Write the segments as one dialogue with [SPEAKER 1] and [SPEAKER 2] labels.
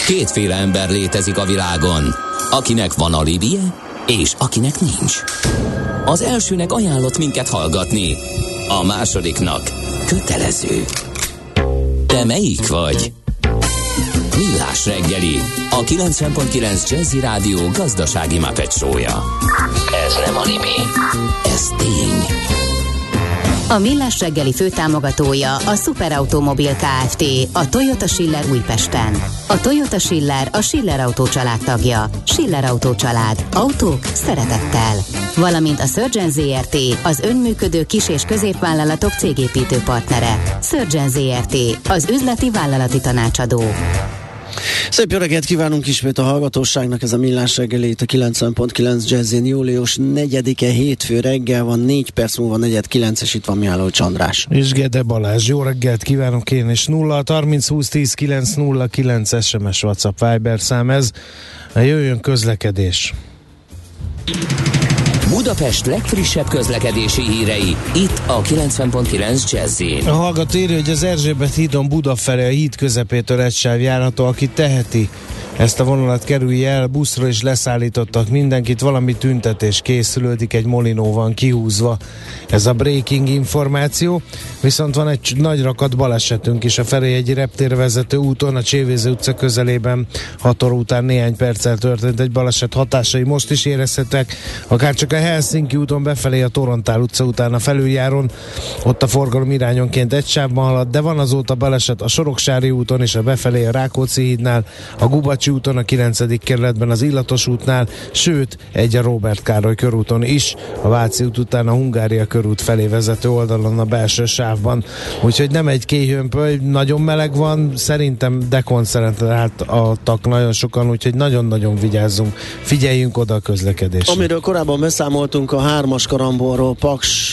[SPEAKER 1] Kétféle ember létezik a világon, akinek van alibije, és akinek nincs. Az elsőnek ajánlott minket hallgatni, a másodiknak kötelező. Te melyik vagy? Millás reggeli, a 90.9 Jazzy Rádió gazdasági Muppet show-ja. Ez nem anime, ez tény.
[SPEAKER 2] A Millás reggeli főtámogatója a Superautomobil Kft., a Toyota Schiller Újpesten. A Toyota Schiller a Schiller Autó család tagja. Schiller Autó család. Autók szeretettel. Valamint a Surgeon ZRT, az önműködő kis- és középvállalatok cégépítő partnere. Surgeon ZRT, az üzleti vállalati tanácsadó.
[SPEAKER 3] Szép jó reggelt kívánunk ismét a hallgatóságnak, ez a Millás reggeli itt a 90.9 Jazzin, július 4-e hétfő reggel van, 4 perc múlva 4:09, és itt van Mihály Csandrás.
[SPEAKER 4] És Gede Balázs, jó reggelt kívánok én, és 0-30-20-10-9-09 SMS, WhatsApp, Viber szám ez, jöjjön közlekedés.
[SPEAKER 1] Budapest legfrissebb közlekedési hírei, itt a 90.9 Jazzin.
[SPEAKER 4] A hallgató írja, hogy az Erzsébet hídon Buda felé a híd közepétől egy sáv járható, aki teheti ezt a vonalat kerülje el, buszról is leszállítottak mindenkit, valami tüntetés készülődik, egy molinó van kihúzva. Ez a breaking információ, viszont van egy nagy rakat balesetünk is a Ferihegyi reptérre vezető úton, a Csévéző utca közelében 6 óra után néhány perccel történt egy baleset, hatásai most is érezhetőek, akár csak a Helsinki úton befelé a Torontál utca után a felüljáron, ott a forgalom irányonként egy sávban halad, de van azóta baleset a Soroksári úton és a befelé a Rákóczi hídnál, a Gubacsi úton, a 9. kerületben az Illatos útnál, sőt, egy a Róbert Károly körúton is, a Váci út után a Hungária körút felé vezető oldalon a belső sávban. Úgyhogy nem egy kéhőmpöly, nagyon meleg van, szerintem dekoncentráltak nagyon sokan, úgyhogy nagyon-nagyon vigyázzunk, figyeljünk oda a közlekedésre.
[SPEAKER 3] Amiről korábban beszámoltunk, a 3-as karambolról Paks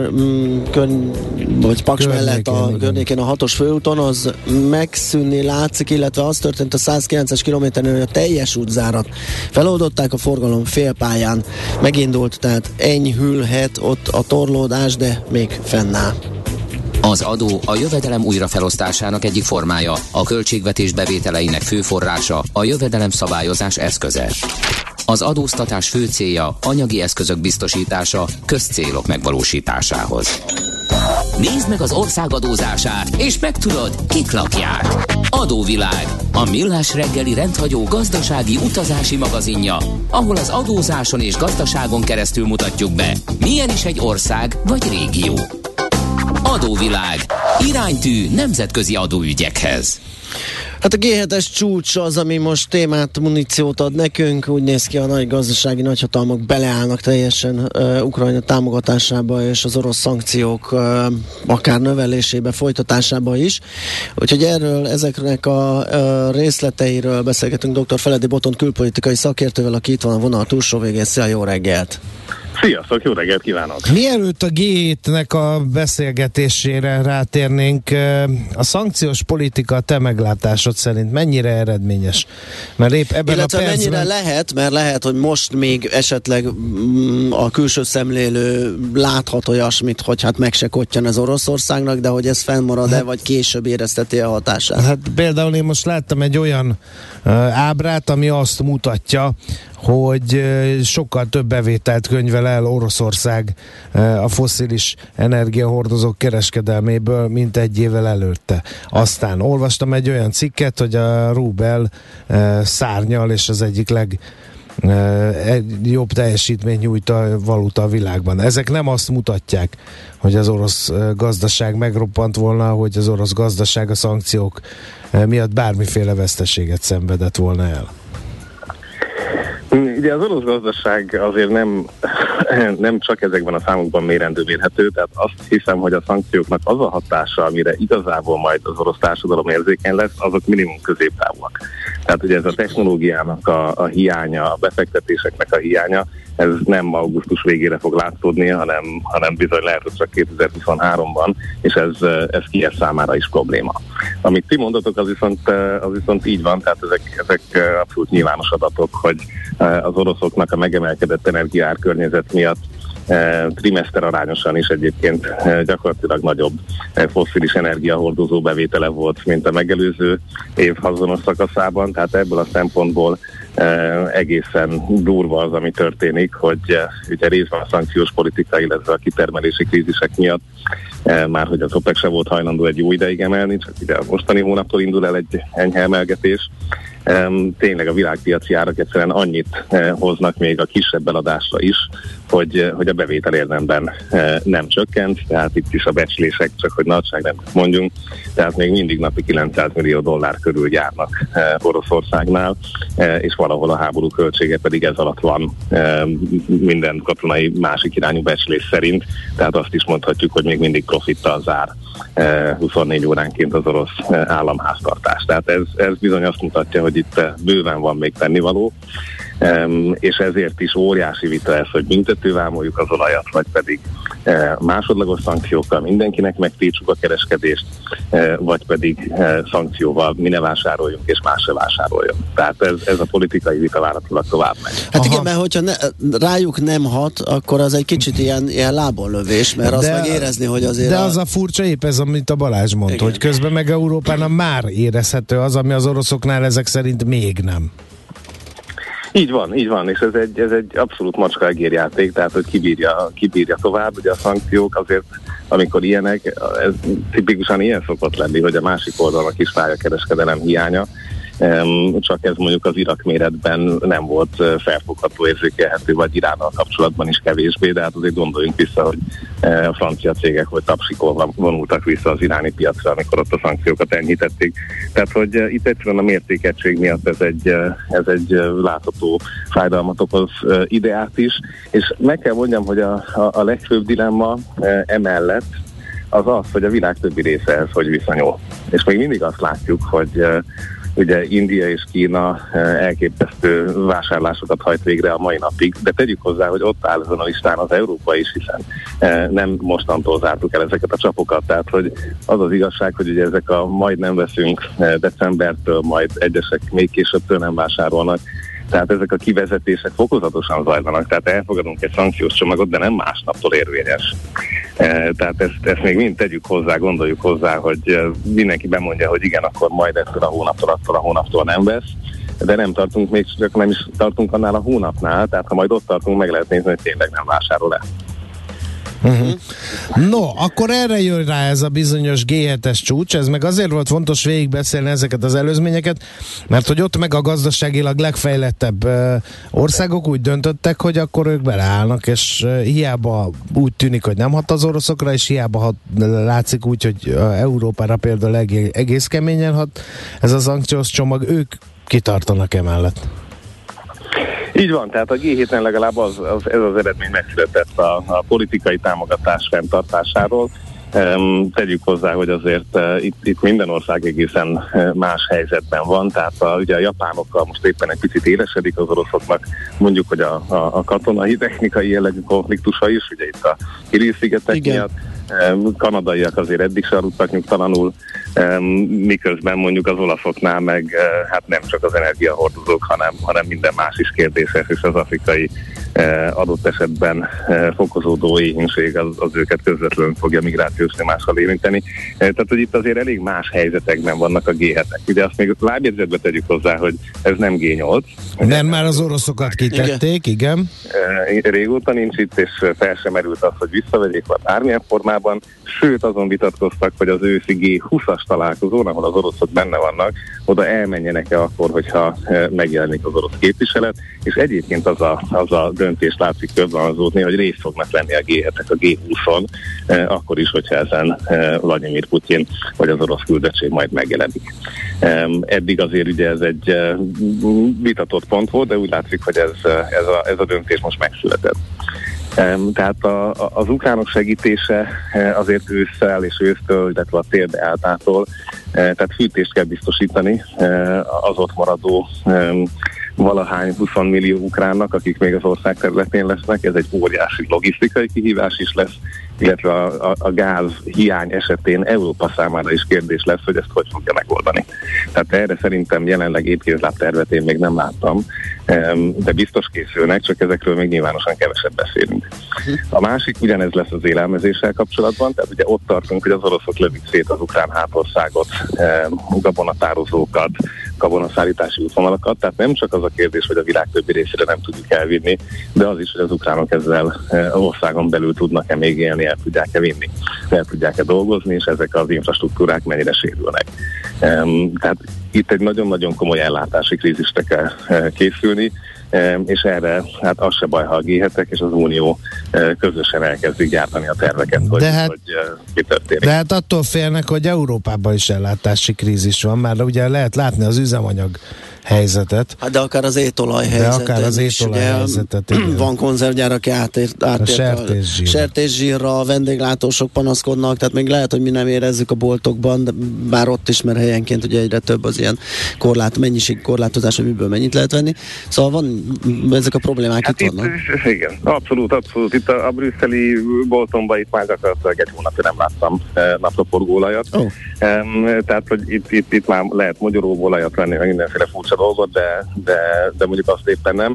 [SPEAKER 3] mellett a környékén a 6-os főúton, az megszűnni látszik, illetve az történt a 109-es kilométernél, hogy a teljes útzárat feloldották, a forgalom félpályán megindult, tehát enyhülhet ott a torlódás, de még fennáll.
[SPEAKER 1] Az adó a jövedelem újrafelosztásának egyik formája, a költségvetés bevételeinek fő forrása, a jövedelem szabályozás eszköze. Az adóztatás fő célja anyagi eszközök biztosítása közcélok megvalósításához. Nézd meg az ország adózását, és megtudod, kik lakják. Adóvilág, a Millás reggeli rendhagyó gazdasági utazási magazinja, ahol az adózáson és gazdaságon keresztül mutatjuk be, milyen is egy ország vagy régió. Adóvilág, iránytű nemzetközi adóügyekhez.
[SPEAKER 3] Hát a G7-es csúcs az, ami most témát, muníciót ad nekünk. Úgy néz ki, a nagy gazdasági nagyhatalmak beleállnak teljesen Ukrajna támogatásába és az orosz szankciók akár növelésébe, folytatásába is. Úgyhogy ezeknek a részleteiről beszélgetünk dr. Feledi Botont külpolitikai szakértővel, aki itt van a vonal túlsó végén. Szia, jó reggelt!
[SPEAKER 5] Sziasztok, jó reggelt kívánok!
[SPEAKER 4] Mielőtt a G7-nek a beszélgetésére rátérnénk, a szankciós politika te meglátásod szerint mennyire eredményes? Mert épp ebben
[SPEAKER 3] illetve
[SPEAKER 4] a percben...
[SPEAKER 3] mennyire lehet, mert lehet, hogy most még esetleg a külső szemlélő láthat olyasmit, hogy hát meg se kottyan az Oroszországnak, de hogy ez fennmarad-e, vagy később érezteti a hatását?
[SPEAKER 4] Hát például én most láttam egy olyan ábrát, ami azt mutatja, hogy sokkal több bevételt könyvel el Oroszország a fosszilis energiahordozók kereskedelméből, mint egy évvel előtte. Aztán olvastam egy olyan cikket, hogy a rubel szárnyal, és az egyik jobb teljesítményt nyújt a valuta a világban. Ezek nem azt mutatják, hogy az orosz gazdaság megroppant volna, hogy az orosz gazdaság a szankciók miatt bármiféle veszteséget szenvedett volna el.
[SPEAKER 5] Ugye az orosz gazdaság azért nem csak ezekben a számokban mérendő mérhető, tehát azt hiszem, hogy a szankcióknak az a hatása, amire igazából majd az orosz társadalom érzékeny lesz, azok minimum középtávúak. Tehát ugye ez a technológiának a hiánya, a befektetéseknek a hiánya, ez nem augusztus végére fog látszódni, hanem bizony lehet, hogy csak 2023-ban, és ez Kijev számára is probléma. Amit ti mondatok, az viszont így van, tehát ezek abszolút nyilvános adatok, hogy az oroszoknak a megemelkedett energiaárkörnyezet miatt trimester arányosan is egyébként gyakorlatilag nagyobb fosszilis energiahordozó bevétele volt, mint a megelőző év azonos szakaszában, tehát ebből a szempontból egészen durva az, ami történik, hogy ugye részben a szankciós politika, illetve a kitermelési krízisek miatt már hogy az OPEC se volt hajlandó egy jó ideig emelni, csak ugye a mostani hónaptól indul el egy enyhe emelgetés. Tényleg a világpiaci árak egyszerűen annyit hoznak még a kisebb eladásra is, hogy a bevétel érdemben nem csökkent, tehát itt is a becslések, csak hogy nagyságrendet mondjunk, tehát még mindig napi $900 millió körül járnak Oroszországnál, és valahol a háború költsége pedig ez alatt van minden katonai másik irányú becslés szerint, tehát azt is mondhatjuk, hogy még mindig profittal zár 24 óránként az orosz államháztartás. Tehát ez bizony azt mutatja, hogy itt bőven van még tennivaló, és ezért is óriási vita ez, hogy büntetővámoljuk az olajat, vagy pedig másodlagos szankciókkal mindenkinek megtiltsuk a kereskedést, vagy pedig szankcióval mi ne vásároljunk, és más se vásároljon. Tehát ez a politikai vita várhatólag tovább megy.
[SPEAKER 3] Hát igen, mert hogyha rájuk nem hat, akkor az egy kicsit ilyen lábonlövés, mert azt meg érezni, hogy azért...
[SPEAKER 4] De az a furcsa épp ez, amit a Balázs mondta, igen, hogy közben meg Európánál már érezhető az, ami az oroszoknál ezek szerint még nem.
[SPEAKER 5] Így van, és ez egy abszolút macska egérjáték, tehát hogy kibírja tovább, ugye a szankciók azért, amikor ilyenek, ez tipikusan ilyen szokott lenni, hogy a másik oldalnak is fáj a kereskedelem hiánya, csak ez mondjuk az Irak méretben nem volt felfogható, érzékelhető, vagy Iránnal kapcsolatban is kevésbé, de hát azért gondoljunk vissza, hogy a francia cégek hogy tapsikol vonultak vissza az iráni piacra, amikor ott a szankciókat enyhítették. Tehát, hogy itt egyszerűen a mértékegység miatt ez egy látható fájdalmat okoz ideát is, és meg kell mondjam, hogy a legfőbb dilemma emellett az, hogy a világ többi része ehhez hogy viszonyul. És még mindig azt látjuk, hogy ugye India és Kína elképesztő vásárlásokat hajt végre a mai napig, de tegyük hozzá, hogy ott áll ezen a listán az Európa is, hiszen nem mostantól zártuk el ezeket a csapokat, tehát hogy az az igazság, hogy ugye ezek a majd nem veszünk decembertől, majd egyesek még későbbtől nem vásárolnak, tehát ezek a kivezetések fokozatosan zajlanak, tehát elfogadunk egy szankciós csomagot, de nem másnaptól érvényes. Tehát ezt még mind tegyük hozzá, gondoljuk hozzá, hogy mindenki bemondja, hogy igen, akkor majd ettől attól a hónaptól nem vesz, de nem tartunk, még csak nem is tartunk annál a hónapnál, tehát ha majd ott tartunk, meg lehet nézni, hogy tényleg nem vásárol-e.
[SPEAKER 4] Uh-huh. No, akkor erre jön rá ez a bizonyos G7-es csúcs, ez meg azért volt fontos végigbeszélni ezeket az előzményeket, mert hogy ott meg a gazdaságilag legfejlettebb országok úgy döntöttek, hogy akkor ők beleállnak, és hiába úgy tűnik, hogy nem hat az oroszokra, és hiába látszik úgy, hogy Európára például egész keményen hat ez a szankciós csomag, ők kitartanak emellett.
[SPEAKER 5] Így van, tehát a G7-en legalább ez az eredmény megszületett a politikai támogatás fenntartásáról. Tegyük hozzá, hogy azért itt minden ország egészen más helyzetben van, tehát ugye a japánokkal most éppen egy picit élesedik, az oroszoknak mondjuk, hogy a katonai, technikai jellegű konfliktusa is, ugye itt a Kuril-szigetek miatt. Kanadaiak azért eddig se aludtak nyugtalanul, miközben mondjuk az olaszoknál meg hát nem csak az energiahordozók, hanem minden más is kérdéses, és az afrikai adott esetben fokozódó éhínség az őket közvetlenül fogja migrációs nyomással érinteni. Tehát, hogy itt azért elég más helyzetekben vannak a G7-ek. Ugye azt még lábjegyzetbe tegyük hozzá, hogy ez nem G8.
[SPEAKER 4] Nem, már az oroszokat kitették, igen.
[SPEAKER 5] Régóta nincs itt, és fel sem merült az, hogy visszavegyék bármilyen formában, sőt azon vitatkoztak, hogy az őszi G20-as találkozón, ahol az oroszok benne vannak, oda elmenjenek-e akkor, hogyha megjelenik az orosz képviselet, és egyébként az a döntés látszik körvonalazódni, hogy részt fognak venni a G7-ek a G20-on, akkor is, hogyha ezen Vladimir Putyin vagy az orosz küldöttség majd megjelenik. Eddig azért ugye ez egy vitatott pont volt, de úgy látszik, hogy ez a döntés most megszületett. Tehát az ukránok segítése azért ősszel és ősztől, illetve a tél beálltától tehát fűtést kell biztosítani az ott maradó valahány 20 millió ukránnak, akik még az ország területén lesznek. Ez egy óriási logisztikai kihívás is lesz, illetve a gáz hiány esetén Európa számára is kérdés lesz, hogy ezt hogy fogja megoldani. Tehát erre szerintem jelenleg étkézlábtervet én még nem láttam, de biztos készülnek, csak ezekről még nyilvánosan keveset beszélünk. A másik ugyanez lesz az élelmezéssel kapcsolatban, tehát ugye ott tartunk, hogy az oroszok lövik szét az ukrán hátországot, gabonatározókat, gabonaszállítási útvonalakat, tehát nem csak az a kérdés, hogy a világ többi részére nem tudjuk elvinni, de az is, hogy az ukránok ezzel az országon belül tudnak-e még élni, el tudják-e vinni, el tudják-e dolgozni, és ezek az infrastruktúrák mennyire sérülnek. Tehát itt egy nagyon-nagyon komoly ellátási krízisre kell készülni, és erre hát az se baj, ha a G7-ek és az Unió közösen elkezdik gyártani a terveket, hogy mi történik.
[SPEAKER 4] De hát attól félnek, hogy Európában is ellátási krízis van, már ugye lehet látni az üzemanyag helyzetet.
[SPEAKER 3] Hát de akár az étolaj helyzetet. Van konzervgyár, aki átért a sertészsírra, a vendéglátósok panaszkodnak, tehát még lehet, hogy mi nem érezzük a boltokban, de bár ott is, mert helyenként ugye egyre több az ilyen mennyiség korlátozás, hogy miből mennyit lehet venni. Szóval van ezek a problémák hát itt vannak.
[SPEAKER 5] Igen, abszolút. Itt a brüsszeli boltomban itt már gyakorlatilag egy hónapja nem láttam napraforgóolajat. Tehát, hogy itt már lehet mogyoróolajat venni, meg mindenféle furcsa dolgot, de mondjuk azt éppen nem.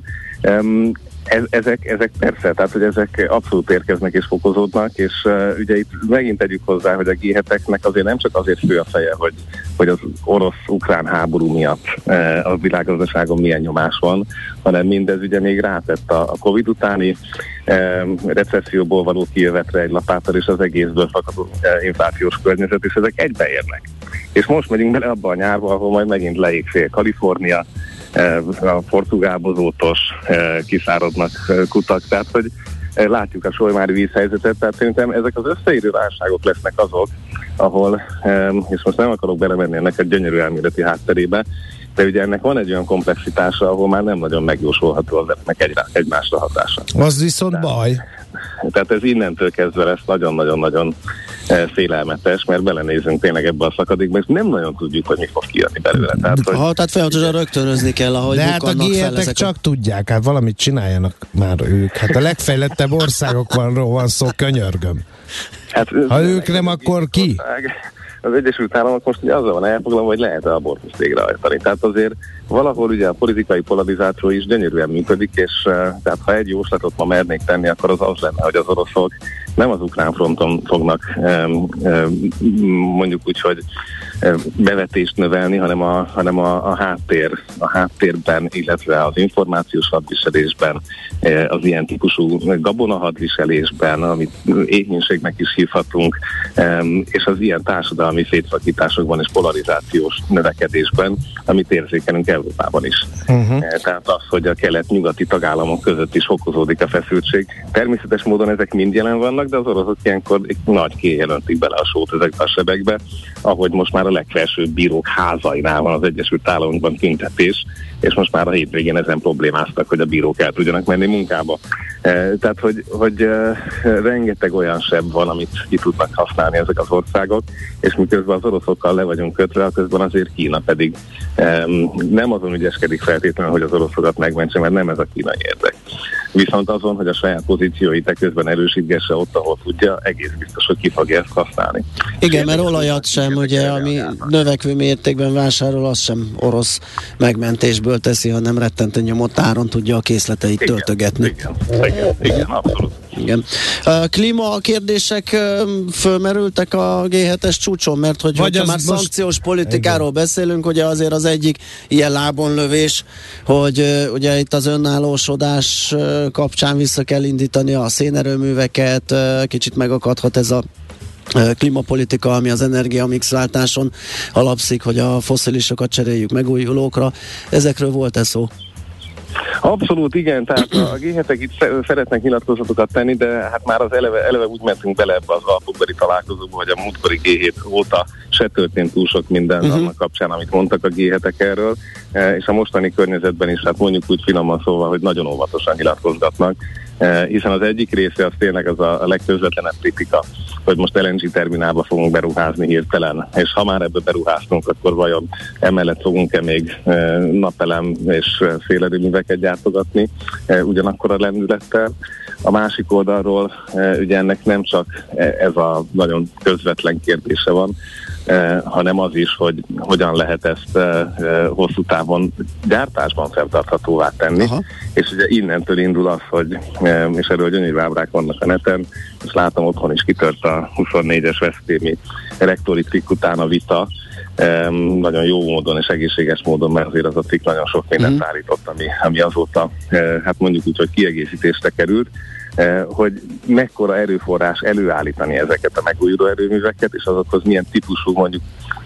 [SPEAKER 5] Ezek persze, tehát hogy ezek abszolút érkeznek és fokozódnak, és ugye itt megint tegyük hozzá, hogy a G7-eknek azért nem csak azért fő a feje, hogy az orosz-ukrán háború miatt a világgazdaságon milyen nyomás van, hanem mindez ugye még rátett a Covid utáni recesszióból való kijövetre egy lapáttal, és az egészből fakadó inflációs környezet, és ezek egybeérnek. És most megyünk bele abba a nyárba, ahol majd megint leég fél Kalifornia, a portugál bozótos, kiszáradnak kutak, tehát hogy látjuk a solymári vízhelyzetet, tehát szerintem ezek az összeérő válságok lesznek azok, ahol, és most nem akarok belemenni ennek a gyönyörű elméleti hátterébe, de ugye ennek van egy olyan komplexitása, ahol már nem nagyon megjósolható az egymásra hatása.
[SPEAKER 4] Az viszont baj.
[SPEAKER 5] Tehát ez innentől kezdve lesz nagyon-nagyon-nagyon félelmetes, mert belenézünk tényleg ebbe a szakadékba, és nem nagyon tudjuk, hogy mi fog kijönni belőle.
[SPEAKER 3] Tehát folyamatosan rögtönözni kell, ahogy
[SPEAKER 4] de hát a G7-ek csak tudják, hát valamit csináljanak már ők. Hát a legfejlettebb országokról van szó, könyörgöm. Hát, ha ők nem, akkor ki?
[SPEAKER 5] Az Egyesült Államok most ugye azzal van elfoglalva, hogy lehet-e abortuszt végrehajtani. Tehát azért valahol ugye a politikai polarizáció is gyönyörűen működik, és tehát ha egy jóslatot ma mernék tenni, akkor az lenne, hogy az oroszok nem az ukrán fronton fognak mondjuk úgy, hogy bevetést növelni, hanem a háttérben, illetve az információs hadviselésben, az ilyen típusú gabonahadviselésben, amit éhénységnek is hívhatunk, és az ilyen társadalmi szétszakításokban és polarizációs növekedésben, amit érzékelünk Európában is. Tehát az, hogy a kelet-nyugati tagállamok között is fokozódik a feszültség. Természetes módon ezek mind jelen vannak, de az oroszok ilyenkor nagy kéjjel öntik bele a sót ezekbe a sebekbe, ahogy most már a legfelsőbb bírók házainál van az Egyesült Államokban tüntetés, és most már a hétvégén ezen problémáztak, hogy a bírók el tudjanak menni munkába. Tehát, hogy rengeteg olyan seb van, amit ki tudnak használni ezek az országok, és miközben az oroszokkal le vagyunk kötve, közben azért Kína pedig nem azon ügyeskedik feltétlenül, hogy az oroszokat megmentse, mert nem ez a kínai érdek. Viszont azon, hogy a saját pozícióit közben erősítgesse ott, ahol tudja, egész biztos, hogy ki fogja ezt használni.
[SPEAKER 3] Igen, mert olajat sem, ugye, ami növekvő mértékben vásárol, az sem orosz megmentésből teszi, hanem rettentő nyomott áron tudja a készleteit töltögetni.
[SPEAKER 5] Igen, abszolút.
[SPEAKER 3] Igen. Klímakérdések fölmerültek a G7-es csúcson, mert hogyha már szankciós politikáról beszélünk, ugye azért az egyik ilyen lábonlövés, hogy ugye itt az önállósodás kapcsán vissza kell indítani a szénerőműveket, kicsit megakadhat ez a klímapolitika, ami az energiamixváltáson alapszik, hogy a fosszilisokat cseréljük megújulókra. Ezekről volt-e szó?
[SPEAKER 5] Abszolút igen, tehát a G7-ek itt szeretnek nyilatkozatokat tenni, de hát már az eleve úgy mentünk bele ebbe az alpokbeli találkozóba, hogy a múltkori G7 óta se történt túl sok minden annak kapcsán, amit mondtak a G7-ek erről. és a mostani környezetben is, hát mondjuk úgy finoman szóval, hogy nagyon óvatosan nyilatkozgatnak, hiszen az egyik része az tényleg az a legközvetlenebb kritika, hogy most LNG terminálba fogunk beruházni hirtelen, és ha már ebbe beruháztunk, akkor vajon emellett fogunk-e még napelem és szélerőműveket gyártogatni ugyanakkor a lendülettel. A másik oldalról ugye ennek nem csak ez a nagyon közvetlen kérdése van, hanem az is, hogy hogyan lehet ezt hosszú távon gyártásban fenntarthatóvá tenni. Aha. És ugye innentől indul az, hogy, és erről gyönyörű ábrák vannak a neten, és látom otthon is kitört a 24-es veszprémi rektori cikk után a vita, nagyon jó módon és egészséges módon, mert azért az a cikk nagyon sok mindent állított, ami azóta, hát mondjuk úgy, hogy kiegészítésre került, hogy mekkora erőforrás előállítani ezeket a megújuló erőműveket, és azokhoz milyen típusú mondjuk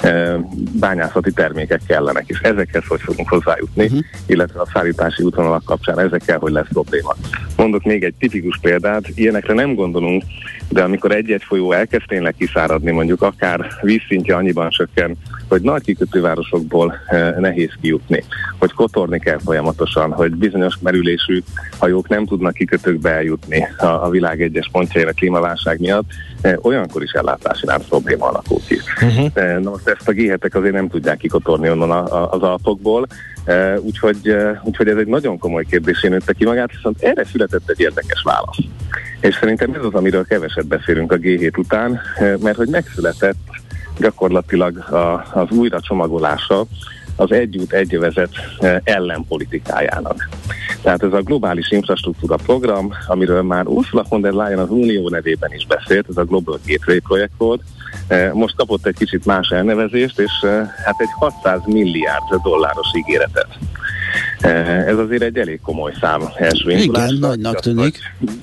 [SPEAKER 5] bányászati termékek kellenek, és ezekhez hogy fogunk hozzájutni, illetve a szállítási útvonalak kapcsán ezekkel, hogy lesz probléma. Mondok még egy tipikus példát, ilyenekre nem gondolunk, de amikor egy-egy folyó elkezd tényleg kiszáradni, mondjuk akár vízszintje annyiban csökken, hogy nagy kikötővárosokból nehéz kijutni, hogy kotorni kell folyamatosan, hogy bizonyos merülésű hajók nem tudnak kikötőkbe eljutni a világ egyes pontjaira a klímaválság miatt, olyankor is ellátási lánc probléma alakul ki. Na most ezt a G7-ek azért nem tudják kikotorni onnan az Alpokból, úgyhogy ez egy nagyon komoly kérdésé nőtte ki magát, viszont erre született egy érdekes válasz. És szerintem ez az, amiről keveset beszélünk a G7 után, mert hogy megszületett gyakorlatilag az újra csomagolása az egy út, egy övezet ellenpolitikájának. Tehát ez a globális infrastruktúra program, amiről már Ursula von der Leyen az Unió nevében is beszélt, ez a Global Gateway projekt volt, most kapott egy kicsit más elnevezést, és hát egy 600 milliárd dolláros ígéretet. Ez azért egy elég komoly szám első indulásra.
[SPEAKER 3] Igen, nagynak tűnik.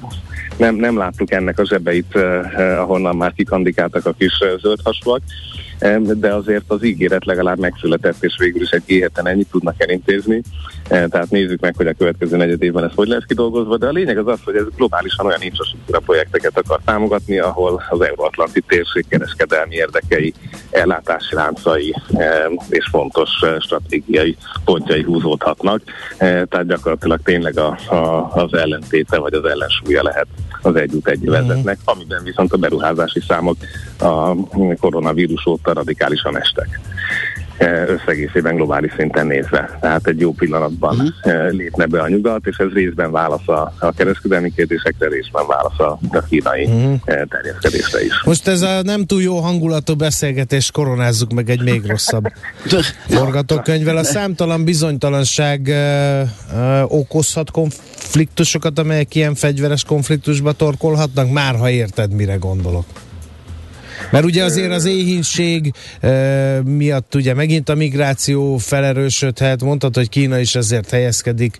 [SPEAKER 5] Nem láttuk ennek a zsebeit, ahonnan már kikandikáltak a kis zöldhasúak, de azért az ígéret legalább megszületett, és végül is egy G7-en ennyit tudnak elintézni. Tehát nézzük meg, hogy a következő negyed évben ez hogy lesz kidolgozva, de a lényeg az az, hogy ez globálisan olyan infrastruktúra projekteket akar támogatni, ahol az Euró-Atlanti térség kereskedelmi érdekei, ellátási láncai és fontos stratégiai pontjai húzódhatnak. Tehát gyakorlatilag tényleg az ellentéte vagy az ellensúlya lehet az egy út egy övezetnek, amiben viszont a beruházási számok a koronavírus óta radikálisan estek. Összegészében globális szinten nézve. Tehát egy jó pillanatban lépne be a nyugat, és ez részben válasz a kereskedelmi kérdésekre, részben válasz a kínai terjeszkedésre is.
[SPEAKER 4] Most ez a nem túl jó hangulatú beszélgetés, koronázzuk meg egy még rosszabb forgatókönyvvel. A számtalan bizonytalanság okozhat konfliktusokat, amelyek ilyen fegyveres konfliktusba torkolhatnak, már ha érted, mire gondolok. Mert ugye azért az éhínség miatt ugye megint a migráció felerősödhet, mondtad, hogy Kína is ezért helyezkedik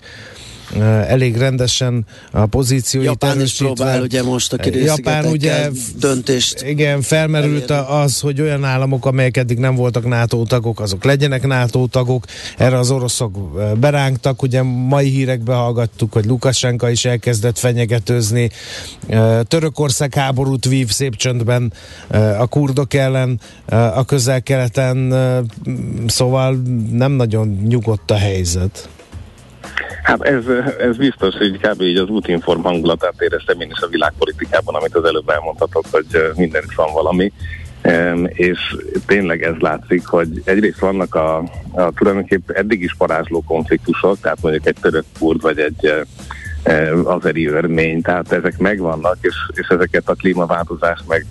[SPEAKER 4] elég rendesen a pozícióit.
[SPEAKER 3] Japán is próbál ugye most a
[SPEAKER 4] Japán ugye
[SPEAKER 3] döntést.
[SPEAKER 4] Igen, felmerült az, hogy olyan államok, amelyek eddig nem voltak NATO tagok, azok legyenek NATO tagok. Erre az oroszok berángtak, ugye mai hírekben hallgattuk, hogy Lukasenka is elkezdett fenyegetőzni. Törökország háborút vív szép csöndben a kurdok ellen a Közel-Keleten, szóval nem nagyon nyugodt a helyzet.
[SPEAKER 5] Hát ez biztos, hogy kb. Így az útinform hangulatát éreztem én is a világpolitikában, amit az előbb elmondhatok, hogy mindenütt van valami, és tényleg ez látszik, hogy egyrészt vannak a tulajdonképp eddig is parázsló konfliktusok, tehát mondjuk egy török kurd vagy egy azeri örmény, tehát ezek megvannak, és ezeket a klímaváltozás meg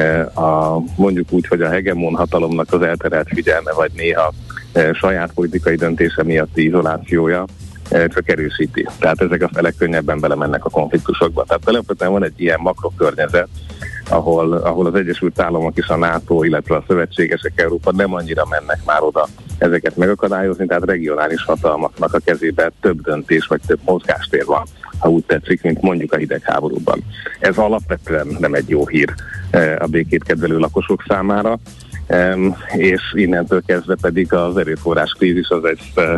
[SPEAKER 5] mondjuk úgy, hogy a hegemon hatalomnak az elterelt figyelme, vagy néha saját politikai döntése miatti izolációja csak erősíti. Tehát ezek a felek könnyebben belemennek a konfliktusokba. Tehát alapvetően van egy ilyen makrokörnyezet, ahol az Egyesült Államok és a NATO, illetve a szövetségesek Európa nem annyira mennek már oda ezeket megakadályozni, tehát regionális hatalmaknak a kezében több döntés vagy több mozgástér van, ha úgy tetszik, mint mondjuk a hidegháborúban. Ez alapvetően nem egy jó hír a békét kedvelő lakosok számára, és innentől kezdve pedig az erőforrás krízis az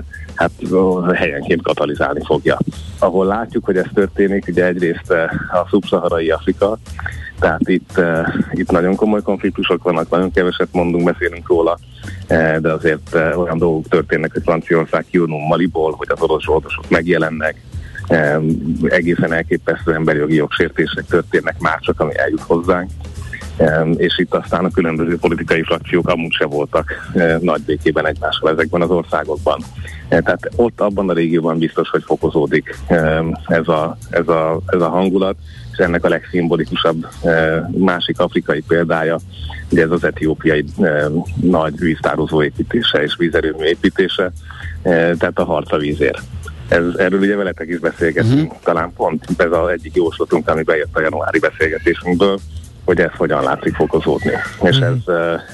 [SPEAKER 5] helyenként katalizálni fogja. Ahol látjuk, hogy ez történik, ugye egyrészt a szubszaharai Afrika, Tehát itt nagyon komoly konfliktusok vannak, nagyon keveset beszélünk róla, de azért olyan dolgok történnek, hogy Franciaország kijönül Maliból, hogy az orosz zsoldosok megjelennek, egészen elképesztő emberi jogi jogsértések történnek már csak, ami eljut hozzánk. És itt aztán a különböző politikai frakciók amúgy se voltak nagy békében egymással ezekben az országokban. Tehát ott abban a régióban biztos, hogy fokozódik ez a hangulat, és ennek a legszimbolikusabb másik afrikai példája, ugye ez az etiópiai nagy víztározó építése és vízerőmű építése, tehát a harc a vízért. Erről ugye veletek is beszélgetünk, talán pont ez az egyik jóslatunk, ami bejött a januári beszélgetésünkből, hogy ez hogyan látszik fokozódni. És ez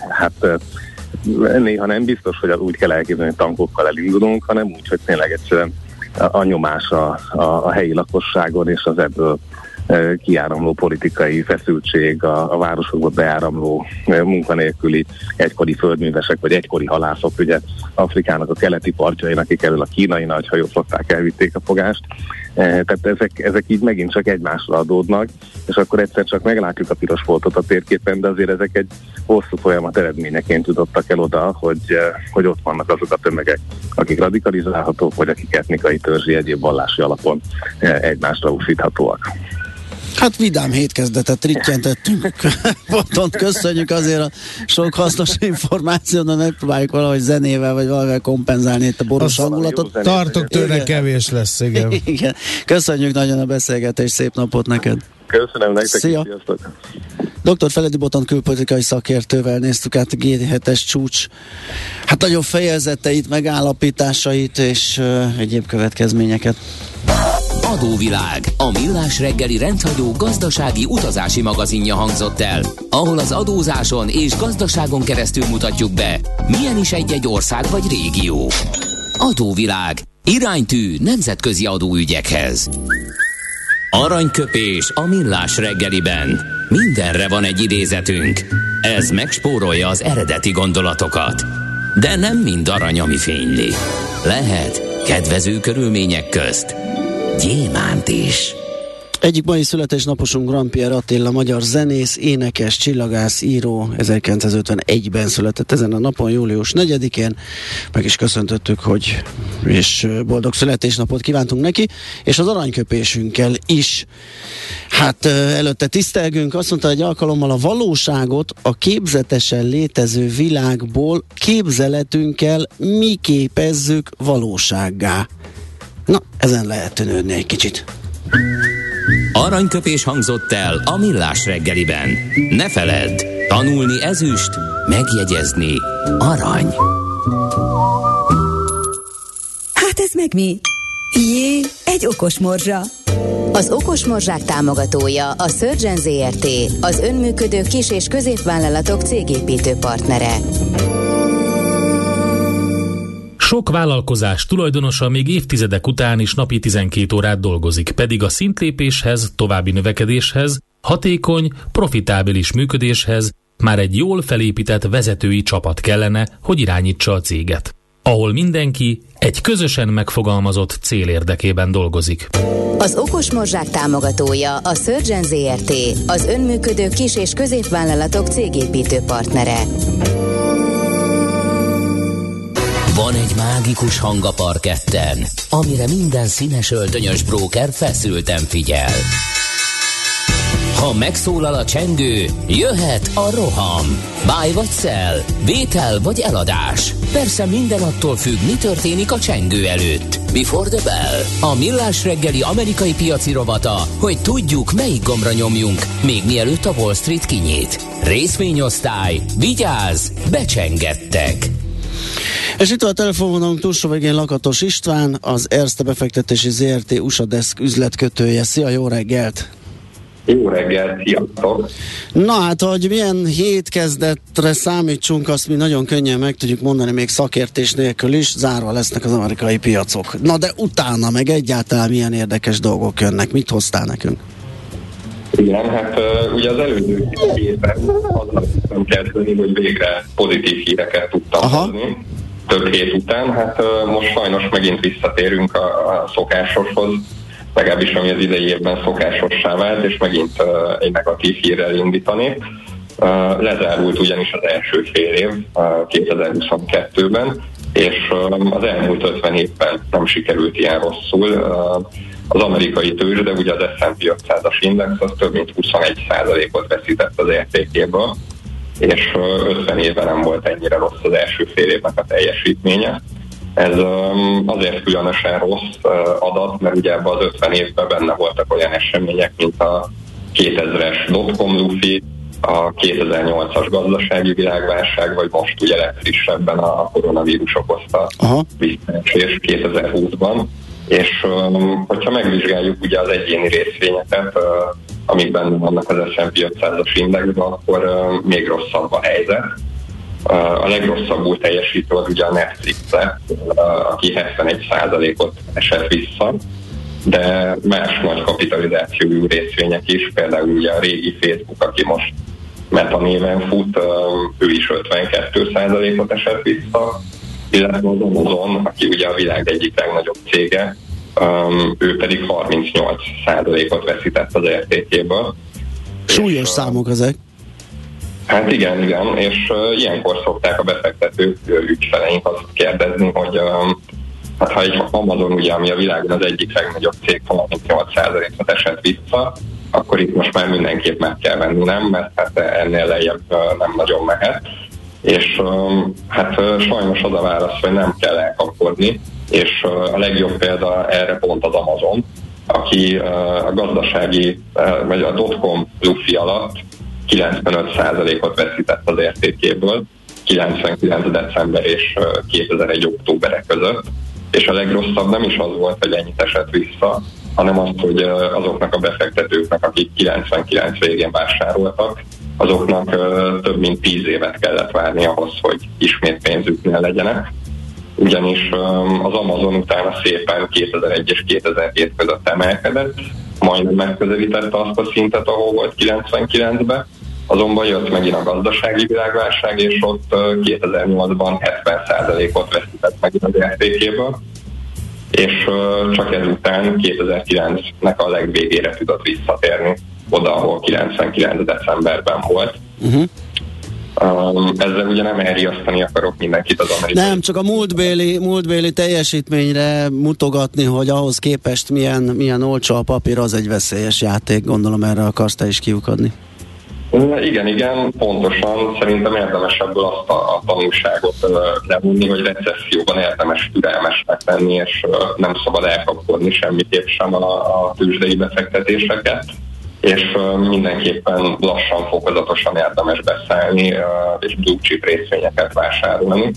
[SPEAKER 5] néha nem biztos, hogy úgy kell elképzelni, hogy tankokkal elindulunk, hanem úgy, hogy tényleg egyszerűen a nyomás a helyi lakosságon és az ebből kiáramló politikai feszültség, a városokba beáramló munkanélküli egykori földművesek, vagy egykori halászok, ugye Afrikának a keleti partjain, akik elől a kínai nagyhajók flották elvitték a fogást. Tehát ezek így megint csak egymásra adódnak, és akkor egyszer csak meglátjuk a piros foltot a térképen, de azért ezek egy hosszú folyamat eredményeként jutottak el oda, hogy ott vannak azok a tömegek, akik radikalizálhatók, vagy akik etnikai, törzsi, egyéb vallási alapon egymásra úszíthatóak.
[SPEAKER 3] Hát vidám hétkezdetet rittyentettünk. Ponton köszönjük azért a sok hasznos információt, de megpróbáljuk valahogy zenével, vagy valamivel kompenzálni itt a boros hangulatot.
[SPEAKER 4] Tartok tőle, kevés lesz, igen.
[SPEAKER 3] Igen. Köszönjük nagyon a beszélgetést, szép napot neked.
[SPEAKER 5] Köszönöm nektek.
[SPEAKER 3] Szia.
[SPEAKER 5] Sziasztok.
[SPEAKER 3] Dr. Feledi Botond külpolitikai szakértővel néztük át a G7-es csúcs nagyobb fejezeteit, megállapításait és egyéb következményeket.
[SPEAKER 1] Adóvilág, a millás reggeli rendhagyó gazdasági utazási magazinja hangzott el, ahol az adózáson és gazdaságon keresztül mutatjuk be, milyen is egy-egy ország vagy régió. Adóvilág, iránytű nemzetközi adóügyekhez. Aranyköpés a millás reggeliben. Mindenre van egy idézetünk. Ez megspórolja az eredeti gondolatokat. De nem mind arany, ami fényli. Lehet kedvező körülmények közt gyémánt is.
[SPEAKER 3] Egyik mai születésnaposunk Grand Pierre Attila, magyar zenész, énekes, csillagász, író, 1951-ben született ezen a napon, július 4-én. Meg is köszöntöttük, és boldog születésnapot kívántunk neki, és az aranyköpésünkkel is. Előtte tisztelgünk, azt mondta egy alkalommal, a valóságot a képzetesen létező világból képzeletünkkel mi képezzük valósággá. Na, ezen lehet tűnődni egy kicsit.
[SPEAKER 1] Aranyköpés hangzott el a millás reggeliben. Ne feledd, tanulni ezüst, megjegyezni arany.
[SPEAKER 6] Hát ez meg mi? Jé, egy okos morzsa.
[SPEAKER 2] Az okos morzsák támogatója a Surgeon Zrt., az önműködő kis- és középvállalatok cégépítő partnere.
[SPEAKER 7] Sok vállalkozás tulajdonosa még évtizedek után is napi 12 órát dolgozik, pedig a szintlépéshez, további növekedéshez, hatékony, profitábilis működéshez már egy jól felépített vezetői csapat kellene, hogy irányítsa a céget, ahol mindenki egy közösen megfogalmazott cél érdekében dolgozik.
[SPEAKER 2] Az okos morzsák támogatója a Surgeon Zrt., az önműködő kis- és középvállalatok cégépítő partnere.
[SPEAKER 1] Van egy mágikus hang a parketten, amire minden színes öltönyös bróker feszülten figyel. Ha megszólal a csengő, jöhet a roham. Buy vagy sell, vétel vagy eladás. Persze minden attól függ, mi történik a csengő előtt. Before the bell, a millás reggeli amerikai piaci rovata, hogy tudjuk, melyik gombra nyomjunk, még mielőtt a Wall Street kinyit. Részvényosztály, vigyázz, becsengettek!
[SPEAKER 3] És itt van a telefonvonalunk túlsó végén Lakatos István, az Erste befektetési Zrt. USA Desk üzletkötője. Szia, jó reggelt!
[SPEAKER 8] Jó reggelt, sziasztok!
[SPEAKER 3] Na hát, hogy milyen hétkezdetre számítsunk, azt mi nagyon könnyen meg tudjuk mondani, még szakértés nélkül is, zárva lesznek az amerikai piacok. Na de utána meg egyáltalán milyen érdekes dolgok jönnek, mit hoztál nekünk?
[SPEAKER 8] Igen, hát ugye az előző héten azzal tudtam kezdeni, hogy végre pozitív híreket tudtam hozni. Több hét után, hát most sajnos megint visszatérünk a szokásoshoz. legalábbis ami az idei évben szokásossá vált, és megint egy negatív hírrel indítani. Lezárult ugyanis az első fél év 2022-ben, és az elmúlt 50 évben nem sikerült ilyen rosszul. Az amerikai tőzsde, ugye az S&P 500-as index, az több mint 21%-ot veszített az értékéből, és 50 évben nem volt ennyire rossz az első fél évnek a teljesítménye. Ez azért különösen rossz adat, mert ugye ebben az 50 évben benne voltak olyan események, mint a 2000-es dotcom lufi, a 2008-as gazdasági világválság, vagy most ugye legfrissebben a koronavírus okozta visszaesés 2020-ban. És hogyha megvizsgáljuk ugye az egyéni részvényeket, amik benne vannak az S&P 500-as indexben, akkor még rosszabb a helyzet. A legrosszabbul teljesítő az ugye a Netflix, aki 71%-ot esett vissza, de más nagy kapitalizációjú részvények is, például ugye a régi Facebook, aki most Meta néven fut, ő is 52%-ot esett vissza, illetve az Amazon, aki ugye a világ egyik legnagyobb cége, ő pedig 38%-ot veszített az értékéből.
[SPEAKER 3] Súlyos számok ezek.
[SPEAKER 8] Hát igen, és ilyenkor szokták a befektetők, ügyfeleink azt kérdezni, hogy hát ha egy Amazon, ugye, ami a világon az egyik legnagyobb cég, 38%-ot esett vissza, akkor itt most már mindenképp meg kell venni, nem? Mert hát ennél lejjebb nem nagyon mehet. És hát sajnos az a válasz, hogy nem kell elkapkodni, és a legjobb példa erre pont az Amazon, aki a gazdasági, vagy a dotcom lufi alatt 95%-ot veszített az értékéből, 99. december és 2001. október között, és a legrosszabb nem is az volt, hogy ennyit esett vissza, hanem az, hogy azoknak a befektetőknek, akik 99 végén vásároltak, azoknak több mint 10 évet kellett várni ahhoz, hogy ismét pénzüknél legyenek. Ugyanis az Amazon utána szépen 2001 és 2007 között emelkedett, majdnem megközelítette azt a szintet, ahol volt 99-ben, azonban jött megint a gazdasági világválság, és ott 2008-ban 70%-ot veszített meg az értékéből, és csak ezután 2009-nek a legvégére tudott visszatérni oda, ahol 99. decemberben volt. Ezzel ugye nem elriasztani akarok mindenkit az amerikai.
[SPEAKER 3] Nem, csak a múltbéli teljesítményre mutogatni, hogy ahhoz képest milyen olcsó a papír, az egy veszélyes játék, gondolom erre akarsz te is kiukadni.
[SPEAKER 8] Igen, pontosan. Szerintem érdemes ebből azt a tanulságot levonni, hogy recesszióban érdemes türelmesnek lenni, és nem szabad elkapkodni semmiképp sem a tőzsdei befektetéseket, és mindenképpen lassan, fokozatosan érdemes beszállni, és blue chip részvényeket vásárolni.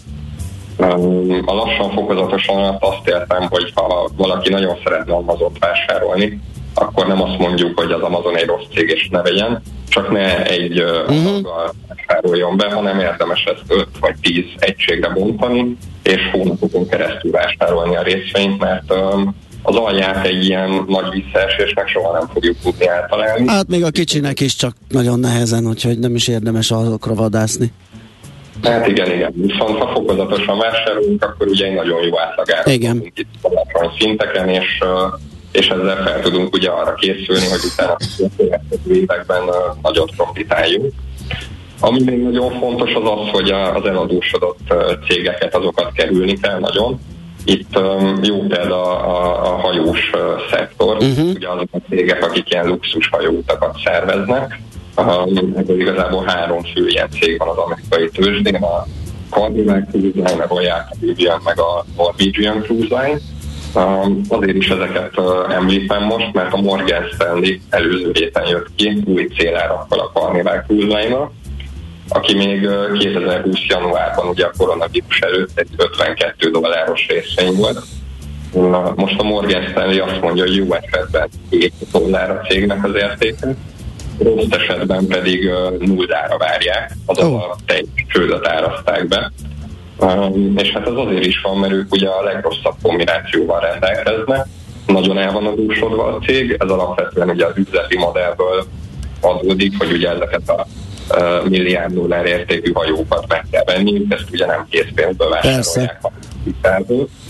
[SPEAKER 8] A lassan, fokozatosan azt értem, hogy ha valaki nagyon szeretne Amazont vásárolni, akkor nem azt mondjuk, hogy az Amazon egy rossz cég és ne vegyen, csak ne egy adaggal vásároljon be, hanem érdemes ezt 5 vagy 10 egységre bontani, és hónapokon keresztül vásárolni a részvényt, mert az alját egy ilyen nagy visszaesésnek soha nem fogjuk tudni eltalálni.
[SPEAKER 3] Hát még a kicsinek is csak nagyon nehezen, úgyhogy nem is érdemes azokra vadászni.
[SPEAKER 8] Hát igen. Viszont ha fokozatosan vásárolunk, akkor ugye egy nagyon jó átlagára tudunk itt alacsony szinteken, és ezzel fel tudunk ugye arra készülni, hogy utána a következő években nagyot profitáljunk. Ami még nagyon fontos az az, hogy az eladósodott cégeket, azokat kerülni kell nagyon. Itt jó példa a hajós szektor, ugye azok a cégek, akik ilyen luxus hajóutakat szerveznek. Ebből igazából 3 fő ilyen cég van az amerikai tőzsdén, a Carnival Cruise Line, a Royal Caribbean, meg a Norwegian Cruise Line. Azért is ezeket említem most, mert a Morgan Stanley előző héten jött ki új célárakkal a Carnival Cruise Line-nal, aki még 2020. januárban ugye a koronavírus előtt egy $52 részvény volt. Most a Morgan Stanley azt mondja, hogy jó esetben $7 a cégnek az értéke, rossz esetben pedig nullára várják, azaz a teljes csődöt áraszták be. És hát ez azért is van, mert ők ugye a legrosszabb kombinációval rendelkeznek, nagyon el van adósodva a cég, ez alapvetően ugye az üzleti modellből adódik, hogy ugye ezeket a $1 milliárd értékű hajókat meg kell venni, ezt ugye nem készpénzből vásárolják a hitelből.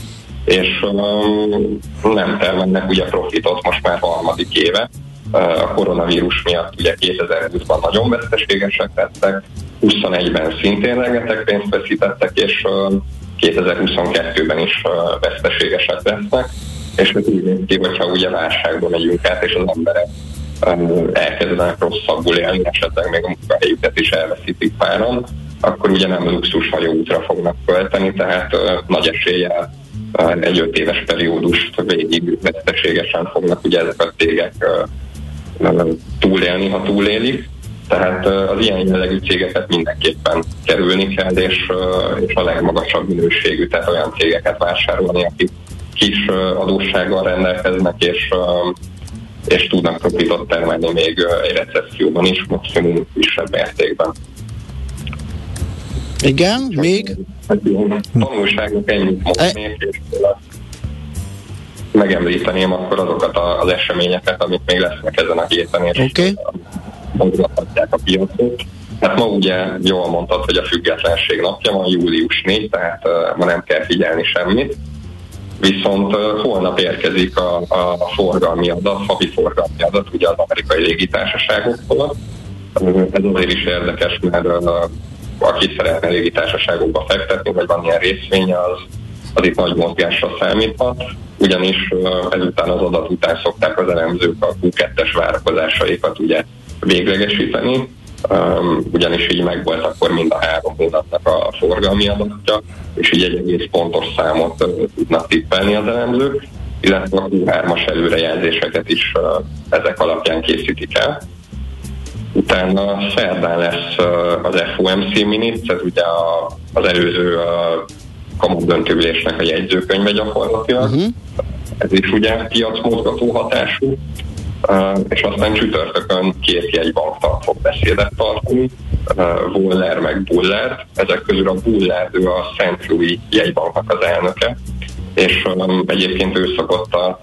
[SPEAKER 8] és nem termelnek ugye profitot most már harmadik éve. A koronavírus miatt ugye 2020-ban nagyon veszteségesek lettek, 21-ben szintén rengeteg pénzt veszítettek, és 2022-ben is veszteségesek lesznek, és ez úgy néz ki, hogyha ugye válságban megyünk át, és az emberek elkezdenek rosszabbul élni, esetleg még a munkahelyüket is elveszítik páran, akkor ugye nem luxus hajóútra fognak költeni, tehát nagy eséllyel egy 5 éves periódust végig veszteségesen fognak ugye ezek a cégek túlélni, ha túlélik. Tehát az ilyen jellegű cégeket mindenképpen kerülni kell, és a legmagasabb minőségű, tehát olyan cégeket vásárolni, akik kis adóssággal rendelkeznek, és tudnak profitot termelni még egy recesszióban is, maximum kisebb mértékben.
[SPEAKER 3] Igen, még?
[SPEAKER 8] Tanulságok ennyit mondnék, és megemlíteném akkor azokat az eseményeket, amik még lesznek ezen a héten, és mozgathatják a piacot. Hát ma ugye jól mondtad, hogy a függetlenség napja van, július 4, tehát ma nem kell figyelni semmit. Viszont holnap érkezik a forgalmi adat, havi forgalmi adat, ugye az amerikai légitársaságoktól. Ez azért is érdekes, mert aki szeretne légitársaságokba fektetni, vagy van ilyen részvénye, az itt nagy mozgásra számíthat, ugyanis ezután az adat után szokták az elemzők a Q2-es várakozásaikat ugye véglegesíteni, ugyanis így megvolt akkor mind a 3 hónapnak a forgalmi adatja, és így egy egész pontos számot tudnak tippelni az elemzők, illetve a Q3-as előrejelzéseket is ezek alapján készítik el. Utána szerdán lesz az FOMC Minutes, ez ugye az előző kamatdöntőülésnek a jegyzőkönyve gyakorlatilag. Ez is ugye piacmozgató hatású, és aztán csütörtökön 2 jegybank fog beszédet tartani, Waller meg Bullard. Ezek közül a Bullard, ő a St. Louis jegybanknak az elnöke, és egyébként ő szokott a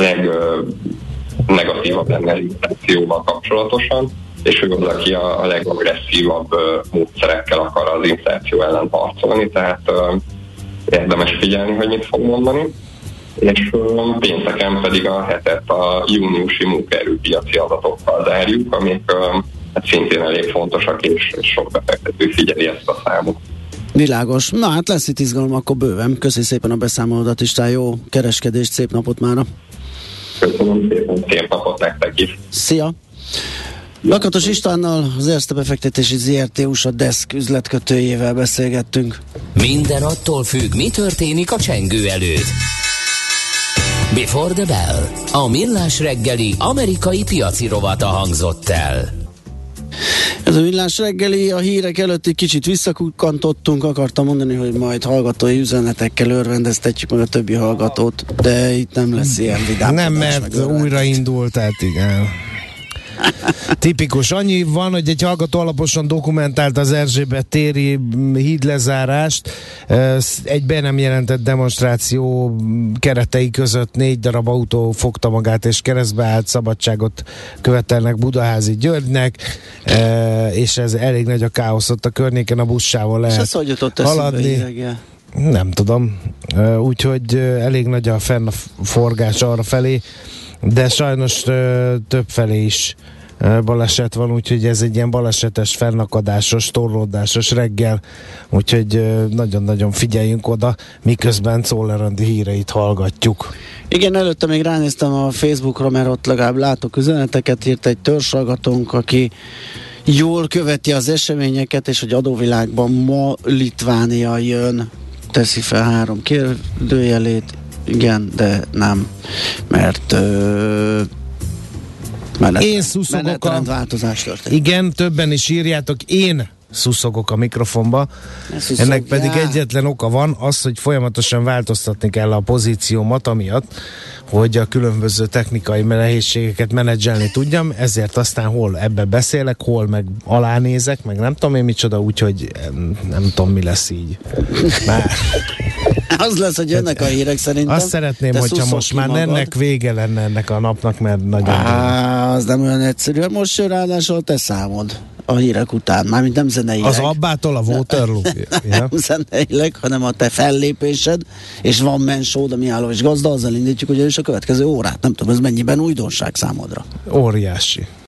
[SPEAKER 8] legnegatívabb lenne az inflációval kapcsolatosan, és ő az, aki a legagresszívabb módszerekkel akar az infláció ellen harcolni, tehát érdemes figyelni, hogy mit fog mondani. És pénteken pedig a hetet a júniusi munkaerőpiaci adatokkal zárjuk, amik hát szintén elég fontosak, és sok befektető figyeli ezt a számot.
[SPEAKER 3] Világos. Na hát lesz itt izgalom, akkor bőven. Köszi szépen a beszámolódat, István, jó kereskedést, szép napot mára.
[SPEAKER 8] Köszönöm szépen, szép napot nektek is.
[SPEAKER 3] Szia! Lakatos Istvánnal, az Erste Befektetési ZRT USA Desk üzletkötőjével beszélgettünk.
[SPEAKER 1] Minden attól függ, mi történik a csengő előtt. Before the Bell. A Millás reggeli amerikai piaci rovata hangzott el.
[SPEAKER 3] Ez a Millás reggeli, a hírek előtt egy kicsit visszakukkantottunk, akartam mondani, hogy majd hallgatói üzenetekkel örvendeztetjük meg a többi hallgatót, de itt nem lesz ilyen vidám.
[SPEAKER 4] Nem, mert újraindult, tehát igen. Tipikus. Annyi van, hogy egy hallgató alaposan dokumentálta az Erzsébet téri hídlezárást. Egy be nem jelentett demonstráció keretei között 4 darab autó fogta magát és keresztbe állt, szabadságot követelnek Budaházi Györgynek, és ez elég nagy a káosz ott a környéken, a buszsával lehet haladni. Nem tudom. Úgyhogy elég nagy a fennforgás arra felé, de sajnos több felé is baleset van, úgyhogy ez egy ilyen balesetes, fennakadásos, torlódásos reggel, úgyhogy nagyon-nagyon figyeljünk oda, miközben Czoller Andi híreit hallgatjuk.
[SPEAKER 3] Igen, előtte még ránéztem a Facebookra, mert ott legalább látok üzeneteket, írt egy törzshallgatónk, aki jól követi az eseményeket, és hogy adóvilágban ma Litvánia jön, teszi fel 3 kérdőjelét. Igen, de nem, mert menetrendváltozás történt.
[SPEAKER 4] Igen, többen is írjátok, én szuszogok a mikrofonba. Ennek pedig egyetlen oka van, az, hogy folyamatosan változtatni kell a pozíciómat, amiatt, hogy a különböző technikai nehézségeket menedzselni tudjam, ezért aztán hol ebbe beszélek, hol meg alánézek, meg nem tudom én micsoda, úgyhogy nem tudom, mi lesz így.
[SPEAKER 3] Az lesz, hogy jönnek a hírek szerintem.
[SPEAKER 4] Azt szeretném, hogyha most már ennek vége lenne ennek a napnak, mert nagyon...
[SPEAKER 3] Az nem olyan egyszerű. Most jön ráadásul te számod.
[SPEAKER 9] a hírek után, mármint nem zeneileg.
[SPEAKER 4] Az Abbától a Waterloo?
[SPEAKER 9] Nem zeneileg, hanem a te fellépésed, és van mensód, a Mihálovics Gazda, azzal indítjuk ugyanis a következő órát. Nem tudom, ez mennyiben újdonság számodra?
[SPEAKER 4] Óriási.